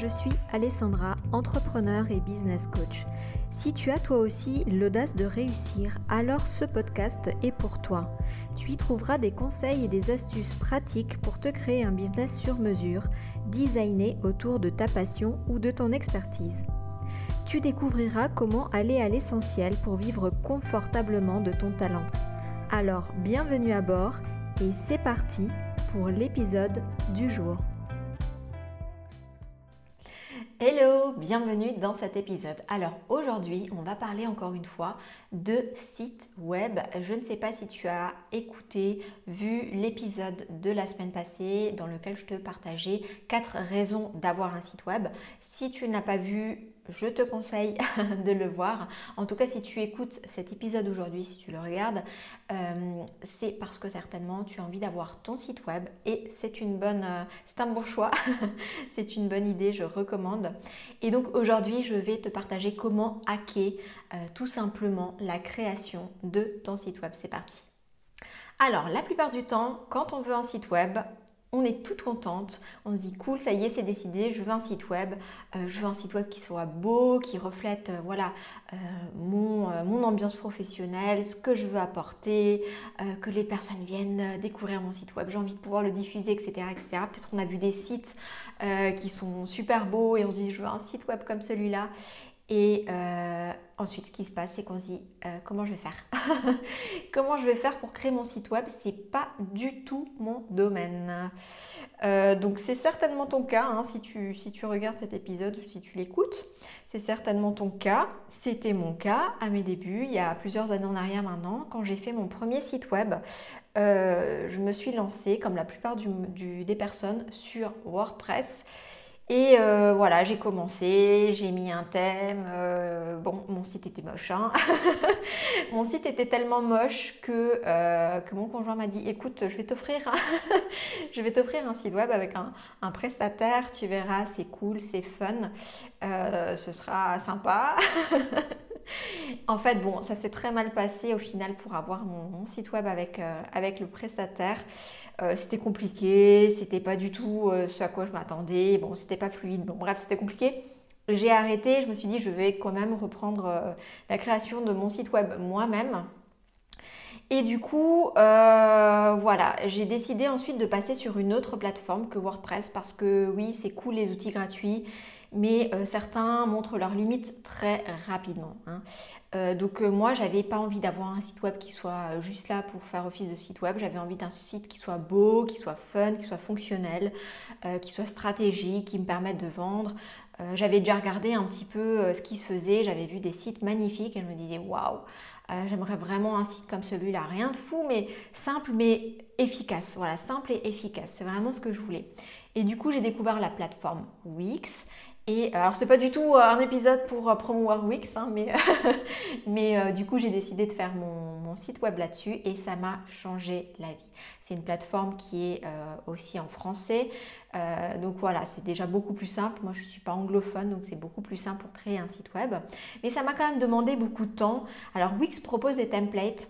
je suis Alessandra, entrepreneur et business coach. Si tu as toi aussi l'audace de réussir, alors ce podcast est pour toi. Tu y trouveras des conseils et des astuces pratiques pour te créer un business sur mesure, designé autour de ta passion ou de ton expertise. Tu découvriras comment aller à l'essentiel pour vivre confortablement de ton talent. Alors, bienvenue à bord et c'est parti pour l'épisode du jour. Hello, bienvenue dans cet épisode. Alors aujourd'hui, on va parler encore une fois de site web. Je ne sais pas si tu as écouté, vu l'épisode de la semaine passée dans lequel je te partageais 4 raisons d'avoir un site web. Si tu n'as pas vu, je te conseille de le voir. En tout cas, si tu écoutes cet épisode aujourd'hui, si tu le regardes, c'est parce que certainement tu as envie d'avoir ton site web et c'est un bon choix. C'est une bonne idée, je recommande. Et donc aujourd'hui, je vais te partager comment hacker tout simplement la création de ton site web. C'est parti. Alors, la plupart du temps, quand on veut un site web, on est toute contente, on se dit cool, ça y est, c'est décidé, je veux un site web, qui soit beau, qui reflète mon ambiance professionnelle, ce que je veux apporter, que les personnes viennent découvrir mon site web, j'ai envie de pouvoir le diffuser, etc. etc. Peut-être on a vu des sites qui sont super beaux et on se dit je veux un site web comme celui-là. Et ensuite, ce qui se passe, c'est qu'on se dit comment je vais faire Comment je vais faire pour créer mon site web? C'est pas du tout mon domaine. Donc c'est certainement ton cas, hein, si tu regardes cet épisode ou si tu l'écoutes. C'est certainement ton cas. C'était mon cas à mes débuts, il y a plusieurs années en arrière maintenant, quand j'ai fait mon premier site web. Je me suis lancée, comme la plupart des personnes, sur WordPress. Et voilà, j'ai commencé, j'ai mis un thème. Bon, mon site était moche, hein. Mon site était tellement moche que mon conjoint m'a dit écoute, je vais t'offrir un site web avec un prestataire, tu verras, c'est cool, c'est fun, ce sera sympa. En fait, bon, ça s'est très mal passé au final pour avoir mon site web avec le prestataire. C'était compliqué, c'était pas du tout ce à quoi je m'attendais. Bon, c'était pas fluide. Bon, bref, c'était compliqué. J'ai arrêté, je me suis dit je vais quand même reprendre la création de mon site web moi-même. Et du coup, voilà, j'ai décidé ensuite de passer sur une autre plateforme que WordPress parce que oui, c'est cool les outils gratuits, mais certains montrent leurs limites très rapidement, hein. Donc moi, j'avais pas envie d'avoir un site web qui soit juste là pour faire office de site web. J'avais envie d'un site qui soit beau, qui soit fun, qui soit fonctionnel, qui soit stratégique, qui me permette de vendre. J'avais déjà regardé un petit peu ce qui se faisait. J'avais vu des sites magnifiques et je me disais waouh, j'aimerais vraiment un site comme celui-là. Rien de fou, mais simple, mais efficace. Voilà, simple et efficace. C'est vraiment ce que je voulais. Et du coup, j'ai découvert la plateforme Wix. Et alors, c'est pas du tout un épisode pour promouvoir Wix, hein, mais du coup, j'ai décidé de faire mon site web là-dessus et ça m'a changé la vie. C'est une plateforme qui est aussi en français. Donc voilà, c'est déjà beaucoup plus simple. Moi, je ne suis pas anglophone, donc c'est beaucoup plus simple pour créer un site web. Mais ça m'a quand même demandé beaucoup de temps. Alors, Wix propose des templates.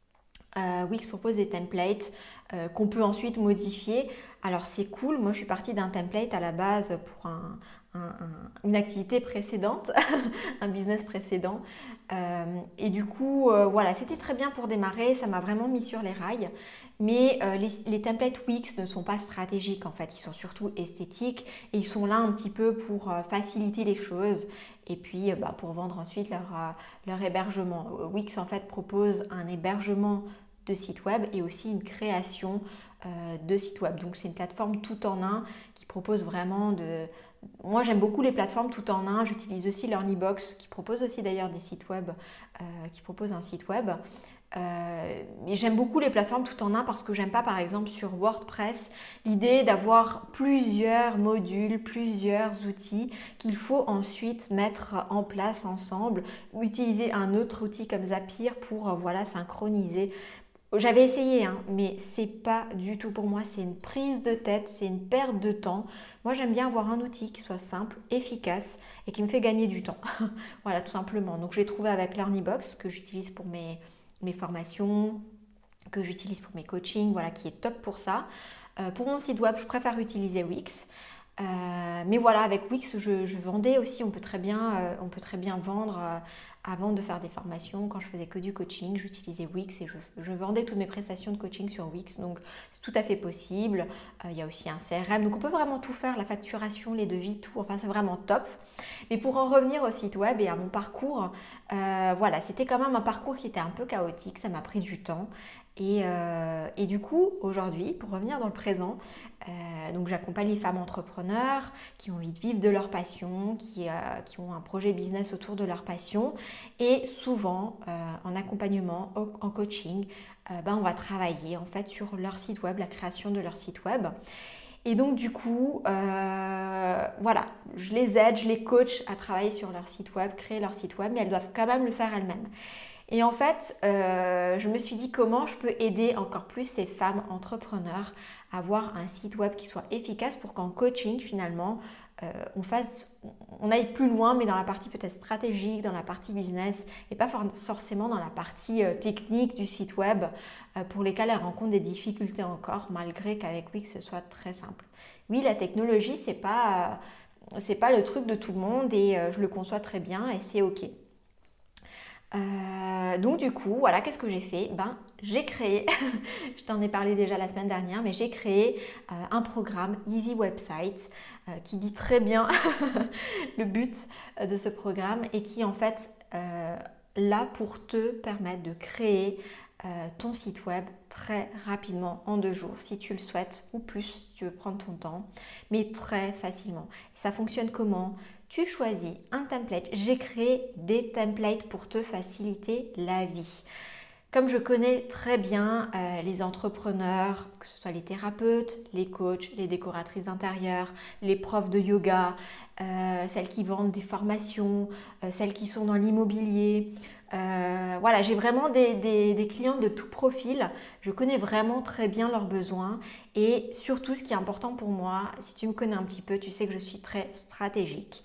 Qu'on peut ensuite modifier. Alors c'est cool, moi je suis partie d'un template à la base pour une activité précédente, un business précédent. Et du coup, voilà, c'était très bien pour démarrer, ça m'a vraiment mis sur les rails. Mais les templates Wix ne sont pas stratégiques en fait, ils sont surtout esthétiques et ils sont là un petit peu pour faciliter les choses et puis pour vendre ensuite leur hébergement. Wix en fait propose un hébergement de site web et aussi une création de site web. Donc c'est une plateforme tout en un qui propose vraiment de... Moi j'aime beaucoup les plateformes tout en un, j'utilise aussi Learnybox qui propose aussi d'ailleurs des sites web, qui propose un site web. Mais j'aime beaucoup les plateformes tout en un parce que j'aime pas par exemple sur WordPress l'idée d'avoir plusieurs modules, plusieurs outils qu'il faut ensuite mettre en place ensemble ou utiliser un autre outil comme Zapier pour voilà, synchroniser. J'avais essayé, hein, mais c'est pas du tout pour moi, c'est une prise de tête, c'est une perte de temps. Moi j'aime bien avoir un outil qui soit simple, efficace et qui me fait gagner du temps. Voilà, tout simplement. Donc j'ai trouvé avec Learnybox que j'utilise pour mes formations, que j'utilise pour mes coachings, voilà, qui est top pour ça. Pour mon site web, je préfère utiliser Wix. Mais voilà, avec Wix, je vendais aussi. On peut très bien vendre avant de faire des formations. Quand je faisais que du coaching, j'utilisais Wix et je vendais toutes mes prestations de coaching sur Wix. Donc, c'est tout à fait possible. Il y a aussi un CRM. Donc, on peut vraiment tout faire, la facturation, les devis, tout. Enfin, c'est vraiment top. Mais pour en revenir au site web et à mon parcours, voilà, c'était quand même un parcours qui était un peu chaotique. Ça m'a pris du temps. Et du coup, aujourd'hui, pour revenir dans le présent, donc j'accompagne les femmes entrepreneurs qui ont envie de vivre de leur passion, qui ont un projet business autour de leur passion. Et souvent, en accompagnement, en coaching, on va travailler en fait sur leur site web, la création de leur site web. Et donc du coup, voilà, je les aide, je les coach à travailler sur leur site web, créer leur site web, mais elles doivent quand même le faire elles-mêmes. Et en fait, je me suis dit comment je peux aider encore plus ces femmes entrepreneurs à avoir un site web qui soit efficace pour qu'en coaching, finalement, on aille plus loin, mais dans la partie peut-être stratégique, dans la partie business, et pas forcément dans la partie technique du site web, pour lesquelles elles rencontrent des difficultés encore, malgré qu'avec Wix, ce soit très simple. Oui, la technologie, c'est pas le truc de tout le monde et je le conçois très bien et c'est OK. Donc du coup, voilà, qu'est-ce que j'ai fait? J'ai créé, je t'en ai parlé déjà la semaine dernière, mais j'ai créé un programme Easy Website qui dit très bien le but de ce programme et qui en fait là pour te permettre de créer ton site web très rapidement en 2 jours si tu le souhaites ou plus si tu veux prendre ton temps, mais très facilement. Ça fonctionne comment? Tu choisis un template. J'ai créé des templates pour te faciliter la vie. Comme je connais très bien les entrepreneurs, que ce soit les thérapeutes, les coachs, les décoratrices d'intérieur, les profs de yoga, celles qui vendent des formations, celles qui sont dans l'immobilier. Voilà, j'ai vraiment des clients de tout profil. Je connais vraiment très bien leurs besoins et surtout ce qui est important pour moi, si tu me connais un petit peu, tu sais que je suis très stratégique.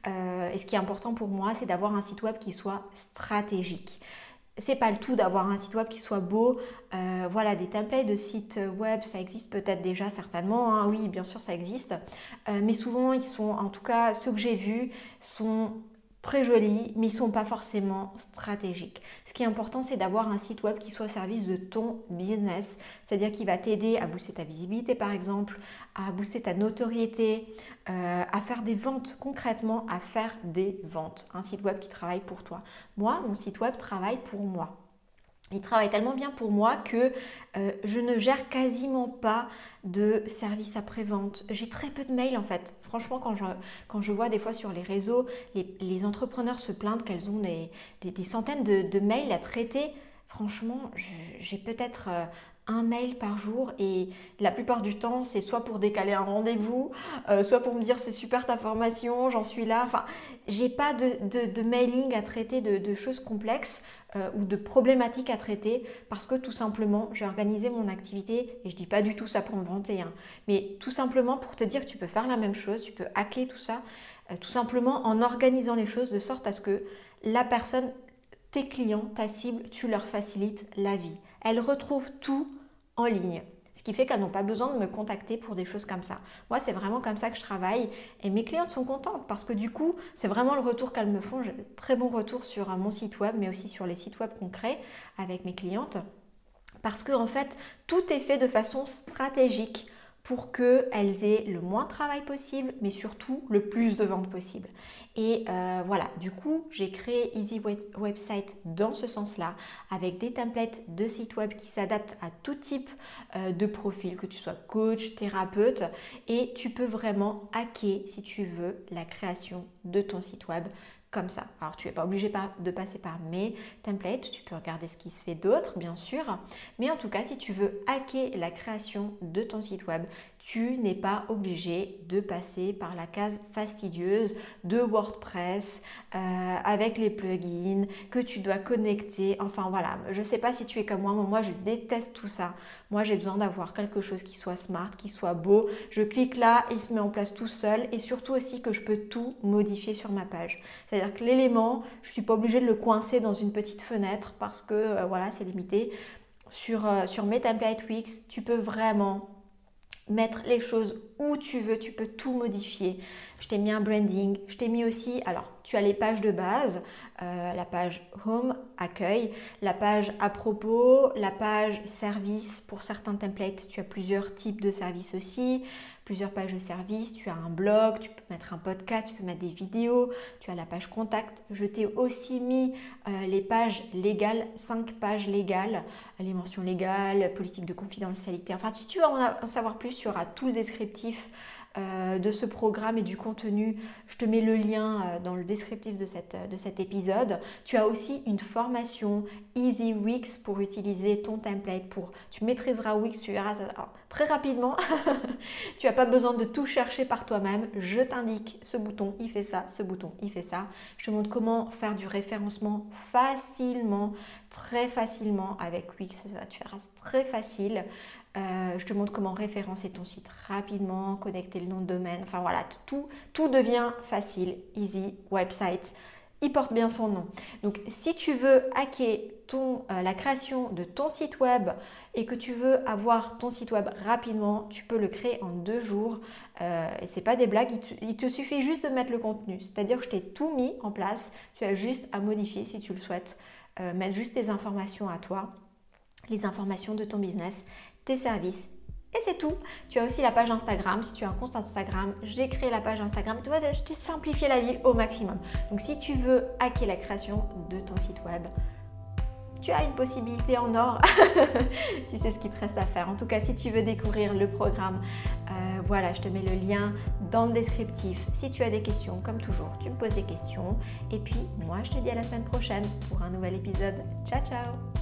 Et ce qui est important pour moi, c'est d'avoir un site web qui soit stratégique. C'est pas le tout d'avoir un site web qui soit beau. Voilà, des templates de sites web, ça existe peut-être déjà certainement, hein. Oui, bien sûr, ça existe. Mais souvent, ils sont, en tout cas, ceux que j'ai vus, sont très jolis, mais ils ne sont pas forcément stratégiques. Ce qui est important, c'est d'avoir un site web qui soit au service de ton business, c'est-à-dire qui va t'aider à booster ta visibilité, par exemple, à booster ta notoriété, à faire des ventes, concrètement, à faire des ventes. Un site web qui travaille pour toi. Moi, mon site web travaille pour moi. Il travaille tellement bien pour moi que je ne gère quasiment pas de service après-vente. J'ai très peu de mails en fait. Franchement, quand je vois des fois sur les réseaux, les entrepreneurs se plaindre qu'elles ont des centaines de mails à traiter. Franchement, j'ai peut-être un mail par jour et la plupart du temps, c'est soit pour décaler un rendez-vous, soit pour me dire c'est super ta formation, j'en suis là. Enfin, j'ai pas de mailing à traiter de choses complexes. Ou de problématiques à traiter parce que tout simplement j'ai organisé mon activité et je dis pas du tout ça pour me vanter, hein, mais tout simplement pour te dire que tu peux faire la même chose, tu peux hacker tout ça tout simplement en organisant les choses de sorte à ce que la personne, tes clients, ta cible, tu leur facilites la vie. Elles retrouvent tout en ligne. Ce qui fait qu'elles n'ont pas besoin de me contacter pour des choses comme ça. Moi, c'est vraiment comme ça que je travaille et mes clientes sont contentes parce que du coup, c'est vraiment le retour qu'elles me font. J'ai de très bons retours sur mon site web, mais aussi sur les sites web qu'on crée avec mes clientes. Parce que en fait, tout est fait de façon stratégique pour qu'elles aient le moins de travail possible, mais surtout le plus de ventes possible. Et voilà, du coup, j'ai créé Easy Website dans ce sens-là, avec des templates de sites web qui s'adaptent à tout type de profil, que tu sois coach, thérapeute, et tu peux vraiment hacker, si tu veux, la création de ton site web comme ça. Alors, tu n'es pas obligé de passer par mes templates, tu peux regarder ce qui se fait d'autre, bien sûr. Mais en tout cas, si tu veux hacker la création de ton site web, tu n'es pas obligé de passer par la case fastidieuse de WordPress avec les plugins que tu dois connecter. Enfin voilà, je ne sais pas si tu es comme moi je déteste tout ça. Moi, j'ai besoin d'avoir quelque chose qui soit smart, qui soit beau. Je clique là, il se met en place tout seul et surtout aussi que je peux tout modifier sur ma page. C'est-à-dire que l'élément, je ne suis pas obligée de le coincer dans une petite fenêtre parce que voilà, c'est limité. Sur mes templates Wix, tu peux vraiment mettre les choses où tu veux, tu peux tout modifier. Je t'ai mis un branding, je t'ai mis aussi, alors tu as les pages de base, la page Home, accueil, la page à propos, la page service pour certains templates, tu as plusieurs types de services aussi, plusieurs pages de service, tu as un blog, tu peux mettre un podcast, tu peux mettre des vidéos, tu as la page contact. Je t'ai aussi mis les pages légales, 5 pages légales, les mentions légales, politique de confidentialité. Enfin, si tu veux en savoir plus, tu auras tout le descriptif de ce programme et du contenu. Je te mets le lien dans le descriptif de cet épisode. Tu as aussi une formation Easy Wix pour utiliser ton template. Tu maîtriseras Wix, tu verras ça très rapidement. Tu n'as pas besoin de tout chercher par toi-même. Je t'indique ce bouton, il fait ça, ce bouton, il fait ça. Je te montre comment faire du référencement facilement, très facilement avec Wix. Tu verras, c'est très facile. Je te montre comment référencer ton site rapidement, connecter le nom de domaine. Enfin voilà, tout devient facile, easy, website. Il porte bien son nom. Donc si tu veux hacker la création de ton site web et que tu veux avoir ton site web rapidement, tu peux le créer en 2 jours. Et c'est pas des blagues, il te suffit juste de mettre le contenu. C'est-à-dire que je t'ai tout mis en place. Tu as juste à modifier si tu le souhaites. Mettre juste tes informations à toi, les informations de ton business, tes services. Et c'est tout. Tu as aussi la page Instagram. Si tu as un compte Instagram, j'ai créé la page Instagram. Tu vois, je t'ai simplifié la vie au maximum. Donc si tu veux hacker la création de ton site web, tu as une possibilité en or. Tu sais ce qu'il te reste à faire. En tout cas, si tu veux découvrir le programme, voilà, je te mets le lien dans le descriptif. Si tu as des questions, comme toujours, tu me poses des questions. Et puis, moi, je te dis à la semaine prochaine pour un nouvel épisode. Ciao, ciao!